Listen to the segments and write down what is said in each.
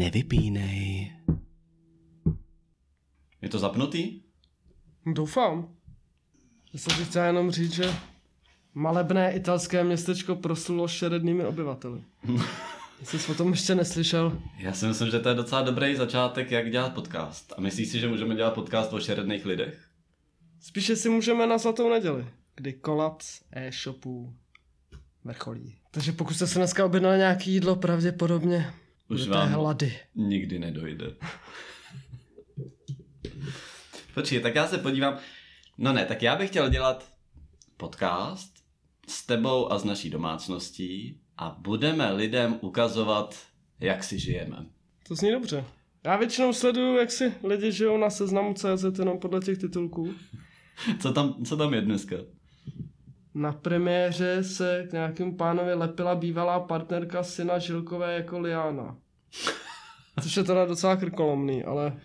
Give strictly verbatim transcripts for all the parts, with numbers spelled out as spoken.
Nevypínej. Je to zapnutý? Doufám. Já jsem si chtěl jenom říct, že malebné italské městečko proslulo šerednými obyvateli. Jestli jsi o tom ještě neslyšel. Já si myslím, že to je docela dobrý začátek, jak dělat podcast. A myslíš si, že můžeme dělat podcast o šeredných lidech? Spíše si můžeme na Zlatou neděli, kdy kolaps e-shopů vrcholí. Takže pokud jste se dneska objednali nějaké jídlo, pravděpodobně už vám hlady. Nikdy nedojde. Počkej, tak já se podívám. No ne, tak já bych chtěl dělat podcast s tebou a s naší domácností a budeme lidem ukazovat, jak si žijeme. To zní dobře. Já většinou sleduju, jak si lidi žijou na Seznamu tečka cé zet jenom podle těch titulků. Co tam, co tam je dneska? Na premiéře se k nějakému pánovi lepila bývalá partnerka syna Žilkové jako liána. Což je teda docela krkolomný, ale...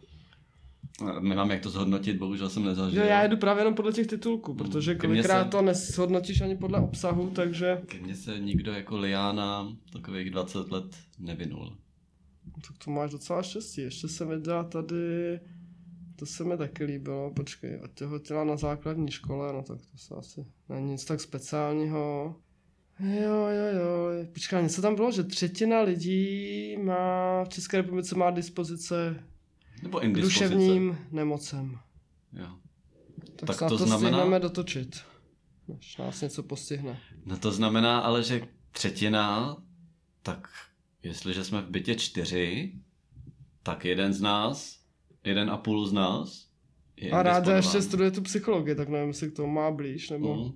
Nemám jak to zhodnotit, bohužel jsem nezažil. Jo, já jedu právě jenom podle těch titulků, protože kolikrát se... to neshodnotíš ani podle obsahu, takže... Ke mně se nikdo jako liána takových dvacet let nevinul. Tak to máš docela štěstí. Ještě se viděla tady... To se mi taky líbilo, počkej, otěhotila na základní škole, no tak to se asi není nic tak speciálního. Jo, jo, jo, počkej, něco tam bylo, že třetina lidí má, v České republice má dispozice nebo k duševním nemocem. Jo. Tak, tak snad to to znamená... stihneme dotočit, než nás něco postihne. No to znamená ale, že třetina, tak jestliže jsme v bytě čtyři, tak jeden z nás, jeden a půl z nás je a ráda ještě studuje tu psychologii, tak nevím, jestli k tomu má blíž, nebo... Mm.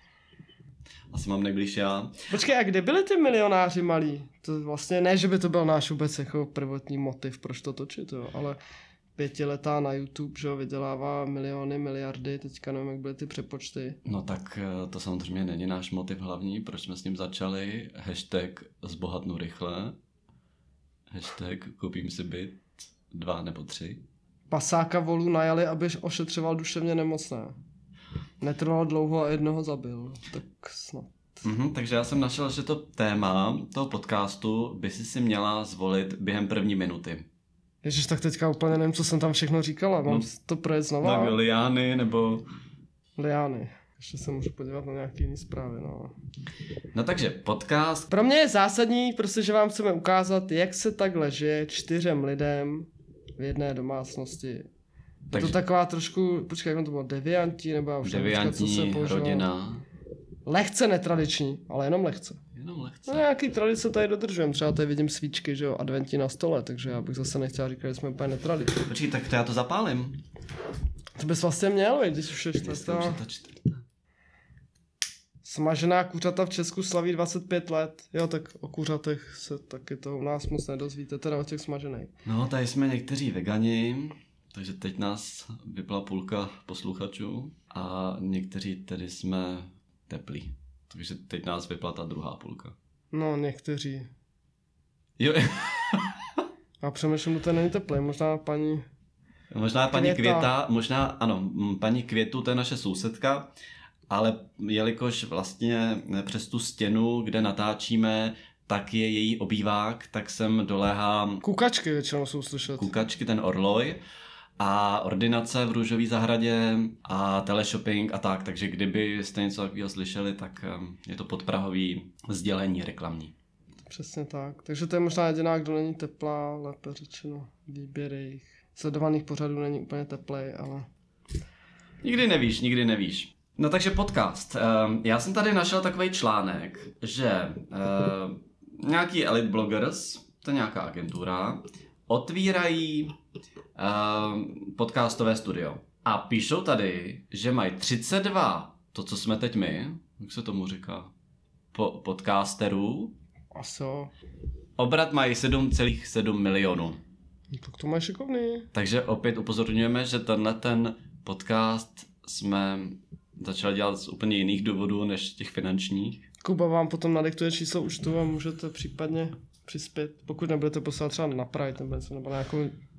Asi mám nejblíž já. Počkej, a kde byli ty milionáři malí? To vlastně ne, že by to byl náš vůbec jako prvotní motiv, proč to točit, jo, ale pětiletá na YouTube, že jo, vydělává miliony, miliardy, teďka nevím, jak byly ty přepočty. No tak to samozřejmě není náš motiv hlavní, proč jsme s ním začali. Hashtag zbohatnu rychle. Hashtag koupím si byt dva nebo tři. Pasáka volů najali, aby ošetřoval duševně nemocné. Netrvalo dlouho a jednoho zabil, tak snad. Mm-hmm, takže já jsem našel, že to téma toho podcastu by si si měla zvolit během první minuty. Ježiš, tak teďka úplně nevím, co jsem tam všechno říkala, mám no, to projet znova. Tak liány nebo... Liány. Ještě se můžu podívat na nějaký jiný zprávy, no. No takže podcast... Pro mě je zásadní, prostě, že vám chceme ukázat, jak se takhle žije čtyřem lidem v jedné domácnosti. Takže... Je to taková trošku, počkej, jak to bylo, deviantí, nebo já už deviantní nevím, co se rodina. Lehce netradiční, ale jenom lehce. Jenom lehce. No nějaký tradice tady dodržujeme, třeba tady vidím svíčky, že jo, adventní na stole, takže já bych zase nechtěl říkat, že jsme úplně netradiční. Počkej, tak to já to zapálím. To bys vlastně měl, veď, když už je čtvrtá. Smažená kuřata v Česku slaví dvacet pět let. Jo, tak o kuřatech se taky to u nás moc nedozvíte, teda o těch smažených. No, tady jsme někteří vegani, takže teď nás vypla půlka posluchačů a někteří tedy jsme teplí. Takže teď nás vypla ta druhá půlka. No, někteří. Jo. A přemýšlím, že to není teplý, možná paní... Možná paní Květa. Květa, možná, ano, paní Květu, to je naše sousedka, ale jelikož vlastně přes tu stěnu, kde natáčíme, tak je její obývák, tak sem doléhá... Kukačky většinou jsou slyšet. Kukačky, ten orloj. A ordinace v Růžové zahradě a teleshopping a tak, takže kdyby jste něco takového slyšeli, tak je to podprahový sdělení reklamní. Přesně tak, takže to je možná jediná, kdo není teplá, lépe řečeno, výběr jejich sledovaných pořadů není úplně teplej, ale... Nikdy nevíš, nikdy nevíš. No takže podcast. Já jsem tady našel takový článek, že nějaký elite bloggers, to je nějaká agentura, otvírají Uh, podcastové studio. A píšou tady, že mají třicet dva, to co jsme teď my, jak se tomu říká, po- podcasterů. A co? Obrat mají sedm celá sedm milionů. No, tak to mají šikovný. Takže opět upozorňujeme, že tenhle ten podcast jsme začali dělat z úplně jiných důvodů než těch finančních. Kuba vám potom nadiktuje číslo účtu a můžete případně přispět, pokud nebudete poslat třeba na Pride nebo něco, nebo na nějakou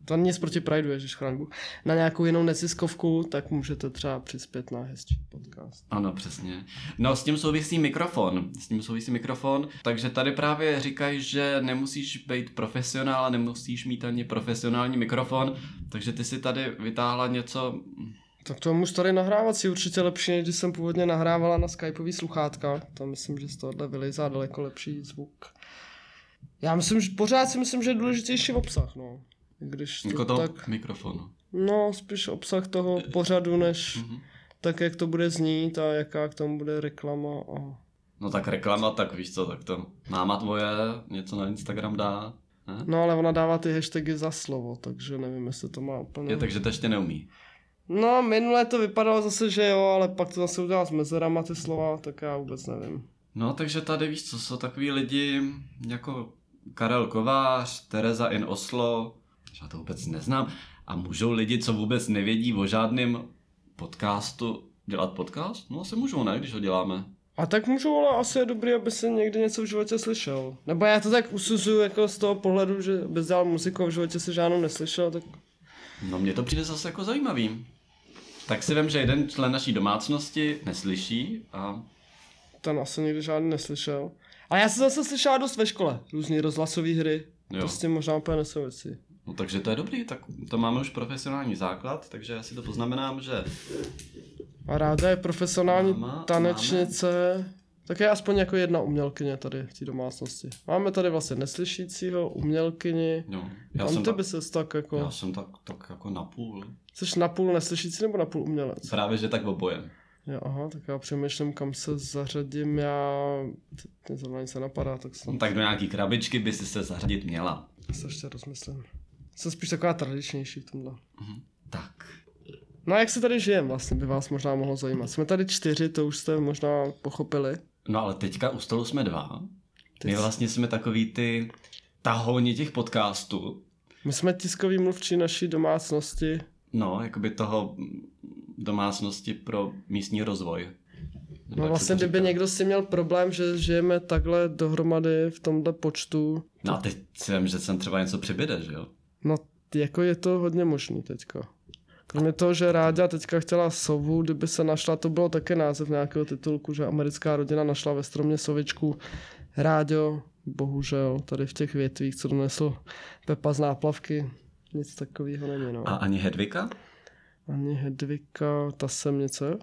To nic proti Prideu, ježiš chraňbu. Na nějakou jinou neziskovku, tak můžete třeba přispět na hezčí podcast. Ano, přesně. No, s tím souvisí mikrofon. S tím souvisí mikrofon, takže tady právě říkají, že nemusíš být profesionál a nemusíš mít ani profesionální mikrofon, takže ty si tady vytáhla něco... Tak to můžu tady nahrávat si určitě lepší, než když jsem původně nahrávala na skypový sluchátka. To myslím, že z tohohle vylejzá daleko lepší zvuk. Já myslím, že pořád si myslím, že je důležitější obsah, no. Když to, jako to tak... mikrofonu. No, spíš obsah toho pořadu, než Mm-hmm. tak, jak to bude znít a jaká k tomu bude reklama. A... No tak reklama, tak víš co, tak to máma tvoje něco na Instagram dá. Ne? No, ale ona dává ty hashtagy za slovo, takže nevím, jestli to má úplně... Je, takže to ještě neumí. No, minule to vypadalo zase, že jo, ale pak to zase udělá s mezerama ty slova, tak já vůbec nevím. No, takže tady víš co, jsou takový lidi jako Karel Kovář, Tereza in Oslo, já to vůbec neznám, a můžou lidi, co vůbec nevědí o žádném podcastu, dělat podcast? No asi můžou, ne, když ho děláme. A tak můžu, ale asi je dobrý, aby se někdy něco v životě slyšel. Nebo já to tak usuzuju jako z toho pohledu, že bez dělat muziku v životě si žádnou neslyšel, tak... No mně to přijde zase jako zajímavý. Tak si vem, že jeden člen naší domácnosti neslyší a... Ten asi nikdy žádný neslyšel. Ale já jsem zase slyšela dost ve škole, různý rozhlasové hry. Jo. To s tím možná úplně nesouvisí. No takže to je dobrý, tak to máme už profesionální základ, takže já si to poznamenám, že... A Ráda je profesionální Máma, tanečnice. Máme. Tak je aspoň jako jedna umělkyně tady v té domácnosti. Máme tady vlastně neslyšícího, umělkyni. Jo, já Tam jsem ty tak, by ses tak jako... já jsem tak, tak jako napůl. Jsi napůl neslyšící nebo napůl umělec? Právě, že tak oboje. Jo, aha, tak já přemýšlím, kam se zařadím, já... Teď zrovna nic se napadá, tak jsem... No, tak do nějaký krabičky by si se zařadit měla. Se ještě rozmyslím. Jsem spíš taková tradičnější v tomhle. Mhm. Tak. No a jak se tady žijem vlastně, by vás možná mohlo zajímat. Jsme tady čtyři, to už jste možná pochopili. No ale teďka u stolu jsme dva. Teď... My vlastně jsme takový ty tahouni těch podcastů. My jsme tiskový mluvčí naší domácnosti. No, jakoby toho domácnosti pro místní rozvoj. Nebo No vlastně, kdyby někdo si měl problém, že žijeme takhle dohromady v tomhle počtu. No a teď si vím, že sem třeba něco přibyde, že jo? No jako je to hodně možný teďka. Kromě toho, že Ráďa teďka chtěla sovu, kdyby se našla, to bylo také název nějakého titulku, že americká rodina našla ve stromě sovičku. Ráďo, bohužel, tady v těch větvích, co donesl Pepa z náplavky, nic takového není, no. A ani Hedvika? Ani Hedvika, ta semnice.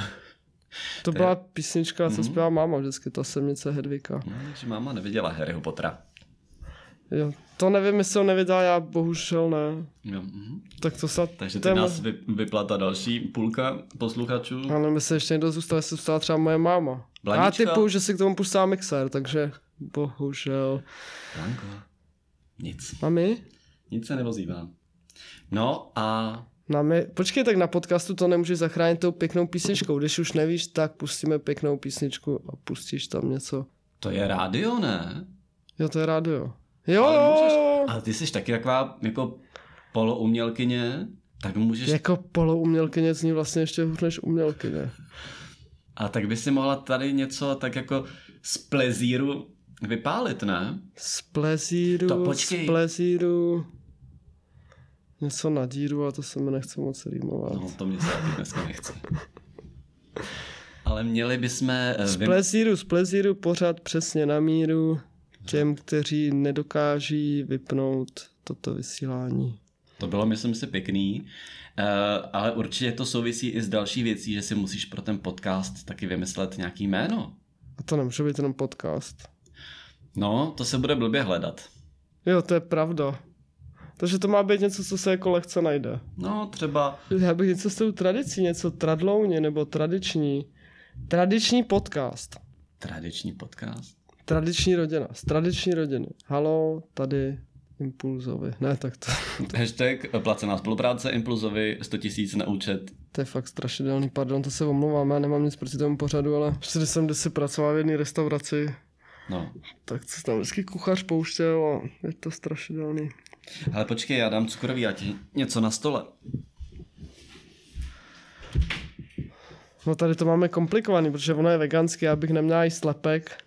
To byla písnička, co zpěvá máma vždycky, ta semnice Hedvika. No, že máma neviděla Harryho Pottera. Jo, to nevím, jestli ho neviděla, já bohužel ne. Jo, mhm. Tak to snad... Takže teď nás vy, vypla ta další půlka posluchačů. Ale mi se ještě někdo zůstal, jestli zůstala třeba moje máma. Blanička. Já typu, že si k tomu pustila mixér, takže bohužel. Blanko, nic. Mami? Nic se nevozívá. No a... Nami... Počkej, tak na podcastu to nemůžeš zachránit tou pěknou písničkou. Když už nevíš, tak pustíme pěknou písničku a pustíš tam něco. To je rádio, ne? Jo, to je rádio. Jo, ale, jo. můžeš, ale ty jsi taky taková jako poloumělkyně, tak můžeš... Jako poloumělkyně zní vlastně ještě hůř než umělkyně. A tak by si mohla tady něco tak jako z plezíru vypálit, ne? Z plezíru, To počkej. z plezíru... Něco na díru a to se mi nechce moc rýmovat. No, to mě se taky dneska nechce. Ale měli bychom... Z plezíru, z plezíru pořád přesně na míru těm, kteří nedokáží vypnout toto vysílání. To bylo, myslím si, pěkný, uh, ale určitě to souvisí i s další věcí, že si musíš pro ten podcast taky vymyslet nějaký jméno. A to nemůže být jenom podcast. No, to se bude blbě hledat. Jo, to je pravda. Takže to má být něco, co se jako lehce najde. No, třeba... Já bych něco s tou tradicí, něco tradlouně nebo tradiční. Tradiční podcast. Tradiční podcast? Tradiční rodina. Z tradiční rodiny. Halo, tady Impulzovi. Ne, tak to... Hashtag placená spolupráce Impulzovi sto tisíc na účet. To je fakt strašidelný, pardon, to se omlouvám, já nemám nic proti tomu pořadu, ale když jsem kdysi pracoval v jedné restauraci, No. tak se tam vždycky kuchař pouštěl a je to strašidelný. Ale počkej, já dám cukroví, já ti něco na stole. No tady to máme komplikovaný, protože ono je veganský, já bych neměl jíst slepek.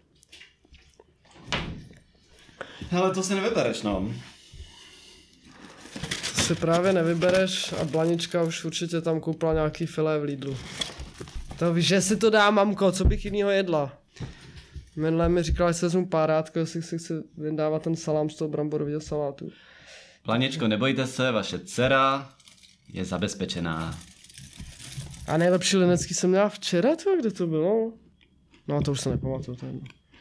Hele, to si nevybereš, no. si právě nevybereš a Blanička už určitě tam koupila nějaký filé v Lidlu. To víš, že si to dá, mamko, co bych jinýho jedla? Minule mi říkala, že se vezmu párátko, jestli si chci vydávat ten salám z toho bramborového salátu. Planičko, nebojte se, vaše dcera je zabezpečená. A nejlepší linecký jsem měla včera, to, kde to bylo? No to už se nepamatuju. To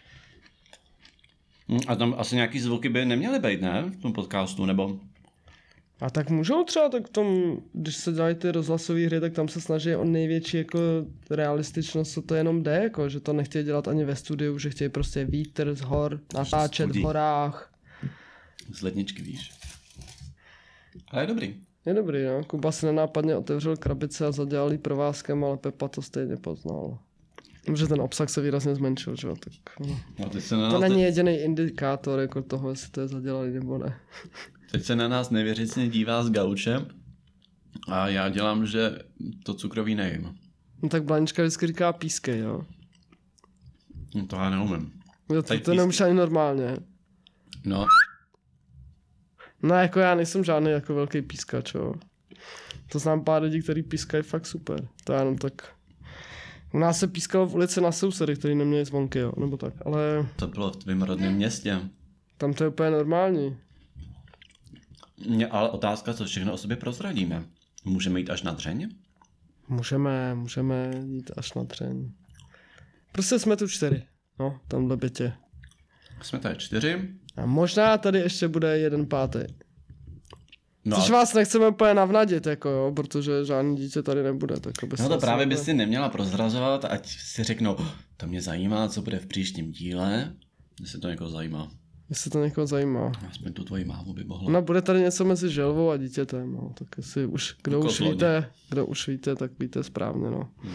hm, a tam asi nějaký zvuky by neměly být, ne? V tom podcastu, nebo? A tak můžou třeba, tak v tom, když se dělají ty rozhlasové hry, tak tam se snaží o největší jako realističnost, co to jenom jde, jako, že to nechtějí dělat ani ve studiu, že chtějí prostě vítr z hor, natáčet v horách. Z ledničky, víš. Ale je dobrý. Je dobrý, no. Kuba si nenápadně otevřel krabice a zadělal jí provázkem, ale Pepa to stejně poznal. Protože ten obsah se výrazně zmenšil, že jo, tak no. No, teď se na To nás není te... jediný indikátor jako toho, jestli to je zadělali nebo ne. Teď se na nás nevěřícně dívá s gaučem a já dělám, že to cukroví nejím. No tak Blanička vždycky říká pískej, jo. No, to já neumím. Jo, to, to nemůžeš ani normálně. No. No jako já nejsem žádný jako velký pískač, jo. To znám pár lidí, kteří pískají fakt super. To je jenom tak. U nás se pískalo v ulici na sousedy, který neměli zvonky, jo, nebo tak, ale... To bylo v tvým rodném městě. Tam to je úplně normální. Mě ale otázka, co všechno o sobě prozradíme. Můžeme jít až na dřeň? Můžeme, můžeme jít až na dřeň. Prostě jsme tu čtyři, no, tamhle bytě. Jsme tady čtyři. A možná tady ještě bude jeden pátý. No, Což vás nechceme úplně navnadit, jako jo, protože žádný dítě tady nebude. Tak aby no to právě nebude... bys si neměla prozrazovat, ať si řeknou, oh, to mě zajímá, co bude v příštím díle. Jestli to někoho zajímá. Jestli to někoho zajímá. Aspoň tu tvoji mámu by mohla. No bude tady něco mezi želvou a dítětem, no, tak jestli už, kdo Jako už zlodě. víte, kdo už víte, tak víte správně, no. Hmm.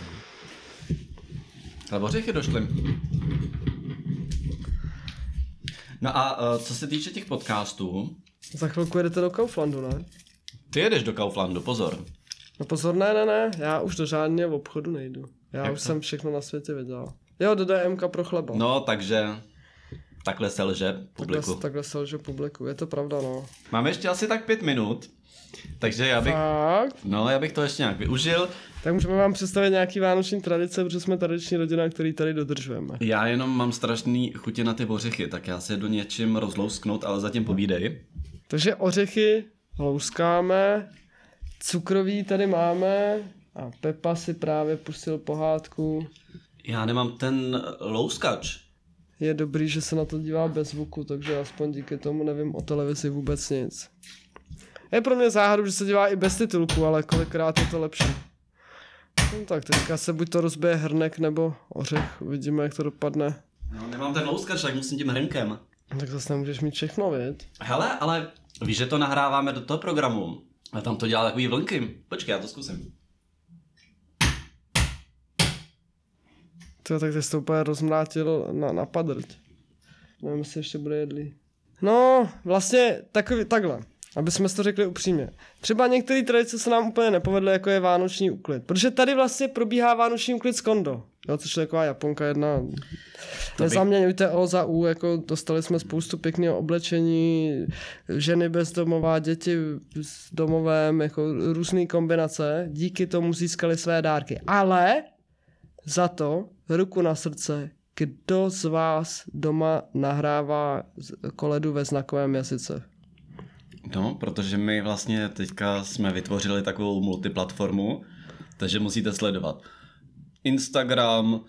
Ale ořechy došly. No a uh, co se týče těch podcastů, Za chvilku jedete do Kauflandu, ne? ty jedeš do Kauflandu, pozor. No pozor, ne, ne, ne, já už do žádného obchodu nejdu. Já Jak už to? jsem všechno na světě vydělal. Jo, do D M K pro chleba. No, takže takhle se lže takhle, publiku. takhle se lže publiku, je to pravda, no. Máme ještě asi tak pět minut, takže já bych, Fakt? no já bych to ještě nějak využil. Tak můžeme vám představit nějaký vánoční tradice, protože jsme tradiční rodina, který tady dodržujeme. Já jenom mám strašný chutě na ty ořechy, tak já se do něčím rozlousknout, ale zatím povídej. Takže ořechy louskáme, cukroví tady máme a Pepa si právě pustil pohádku. Já nemám ten louskač. Je dobrý, že se na to dívá bez zvuku, takže aspoň díky tomu nevím o televizi vůbec nic. Je pro mě záhadu, že se dívá i bez titulku, ale kolikrát je to lepší. No tak teďka se buď to rozbije hrnek nebo ořech, uvidíme, jak to dopadne. No, nemám ten louskač, tak musím tím hrnkem. Tak zase nemůžeš mít všechno, věď? Hele, ale víš, že to nahráváme do toho programu. A tam to dělá takový vlnky. Počkej, já to zkusím. To tak ty jsi to úplně rozmlátil na, na padrť. Nevím, jestli ještě bude jedlý. No, vlastně takový, takhle. Aby jsme si to řekli upřímně. Třeba některé tradice se nám úplně nepovedly, jako je vánoční úklid. Protože tady vlastně probíhá vánoční úklid z kondo. Jo, což je taková Japonka jedna. Nezaměňujte O za U, jako dostali jsme spoustu pěkného oblečení, ženy bezdomová, děti s domovem, jako různé kombinace. Díky tomu získali své dárky. Ale za to, ruku na srdce, kdo z vás doma nahrává koledu ve znakovém jazyce? No, protože my vlastně teďka jsme vytvořili takovou multiplatformu, takže musíte sledovat Instagram,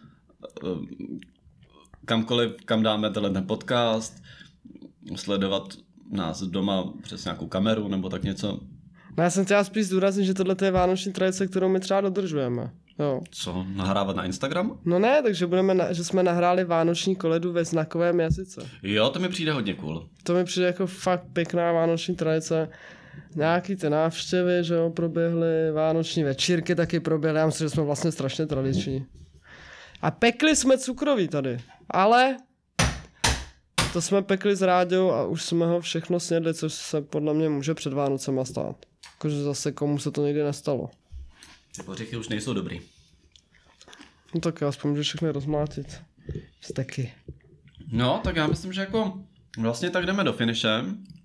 kamkoliv, kam dáme tenhle podcast, sledovat nás doma přes nějakou kameru nebo tak něco. No já jsem chtěla spíš zdůraznit, že tohle je vánoční tradice, kterou my třeba dodržujeme. Jo. Co, nahrávat na Instagram? No ne, takže budeme, na, že jsme nahráli vánoční koledu ve znakovém jazyce. Jo, to mi přijde hodně cool. To mi přijde jako fakt pěkná vánoční tradice. Nějaký ty návštěvy, že jo, proběhly, vánoční večírky taky proběhly, já myslím, že jsme vlastně strašně tradiční. A pekli jsme cukroví tady, ale to jsme pekli s Ráďou a už jsme ho všechno snědli, což se podle mě může před Vánocema stát. Jakože zase komu se to nikdy nestalo. Ty ořechy už nejsou dobrý. No tak aspoň můžeš všechny rozmlátit. Steky. No, tak já myslím, že jako vlastně tak jdeme do finiše.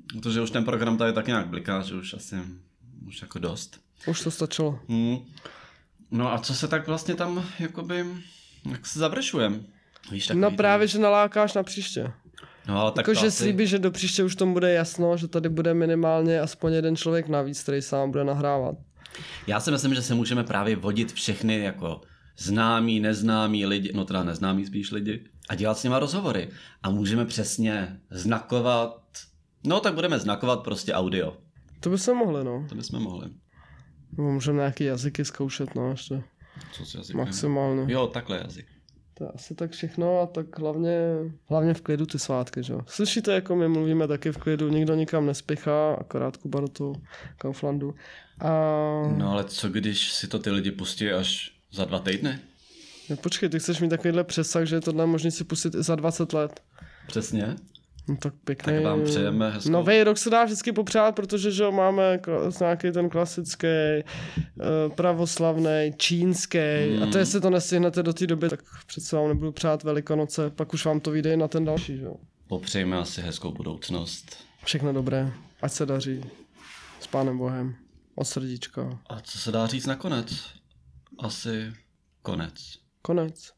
Protože už ten program tady tak nějak bliká, že už asi už jako dost. Už to stačilo. Hmm. No a co se tak vlastně tam jakoby, jak se završujem? Víš, No právě, že nalákáš na příště. No, ale tak jako, to že asi... slíbíš, že do příště už tomu bude jasno, že tady bude minimálně aspoň jeden člověk navíc, který sám bude nahrávat. Já si myslím, že se můžeme právě vodit všechny jako známí, neznámí lidi, no teda neznámí spíš lidi, a dělat s nima rozhovory. A můžeme přesně znakovat, no tak budeme znakovat prostě audio. To bychom mohli, no. To bychom mohli. Nebo můžeme nějaký jazyky zkoušet, no ještě. Co si jazyk? Maximálně. Jo, takhle jazyk. To je asi tak všechno a tak hlavně, hlavně v klidu ty svátky, že jo. Slyšíte, jako my mluvíme taky v klidu, nikdo nikam nespěchá, akorát Kuba do toho Kauflandu. A... No ale co když si to ty lidi pustí až za dva týdny? No, počkej, ty chceš mít takovýhle přesah, že je tohle možný si pustit i za dvacet let. Přesně. No tak pěkný. Tak vám přejeme hezkou... Nový rok se dá vždycky popřát, protože že jo, máme nějaký ten klasický, uh, pravoslavný, čínský. Hmm. A to jestli to nestihnete do té doby, tak přece vám nebudu přát Velikonoce, pak už vám to vyjde i na ten další, že jo. Popřejme asi hezkou budoucnost. Všechno dobré, ať se daří. S Pánem Bohem. Od srdíčka. A co se dá říct nakonec? Asi konec. Konec.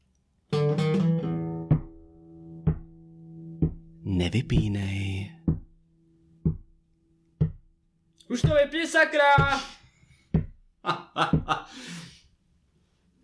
Nevypínej. Už to vypni, sakra!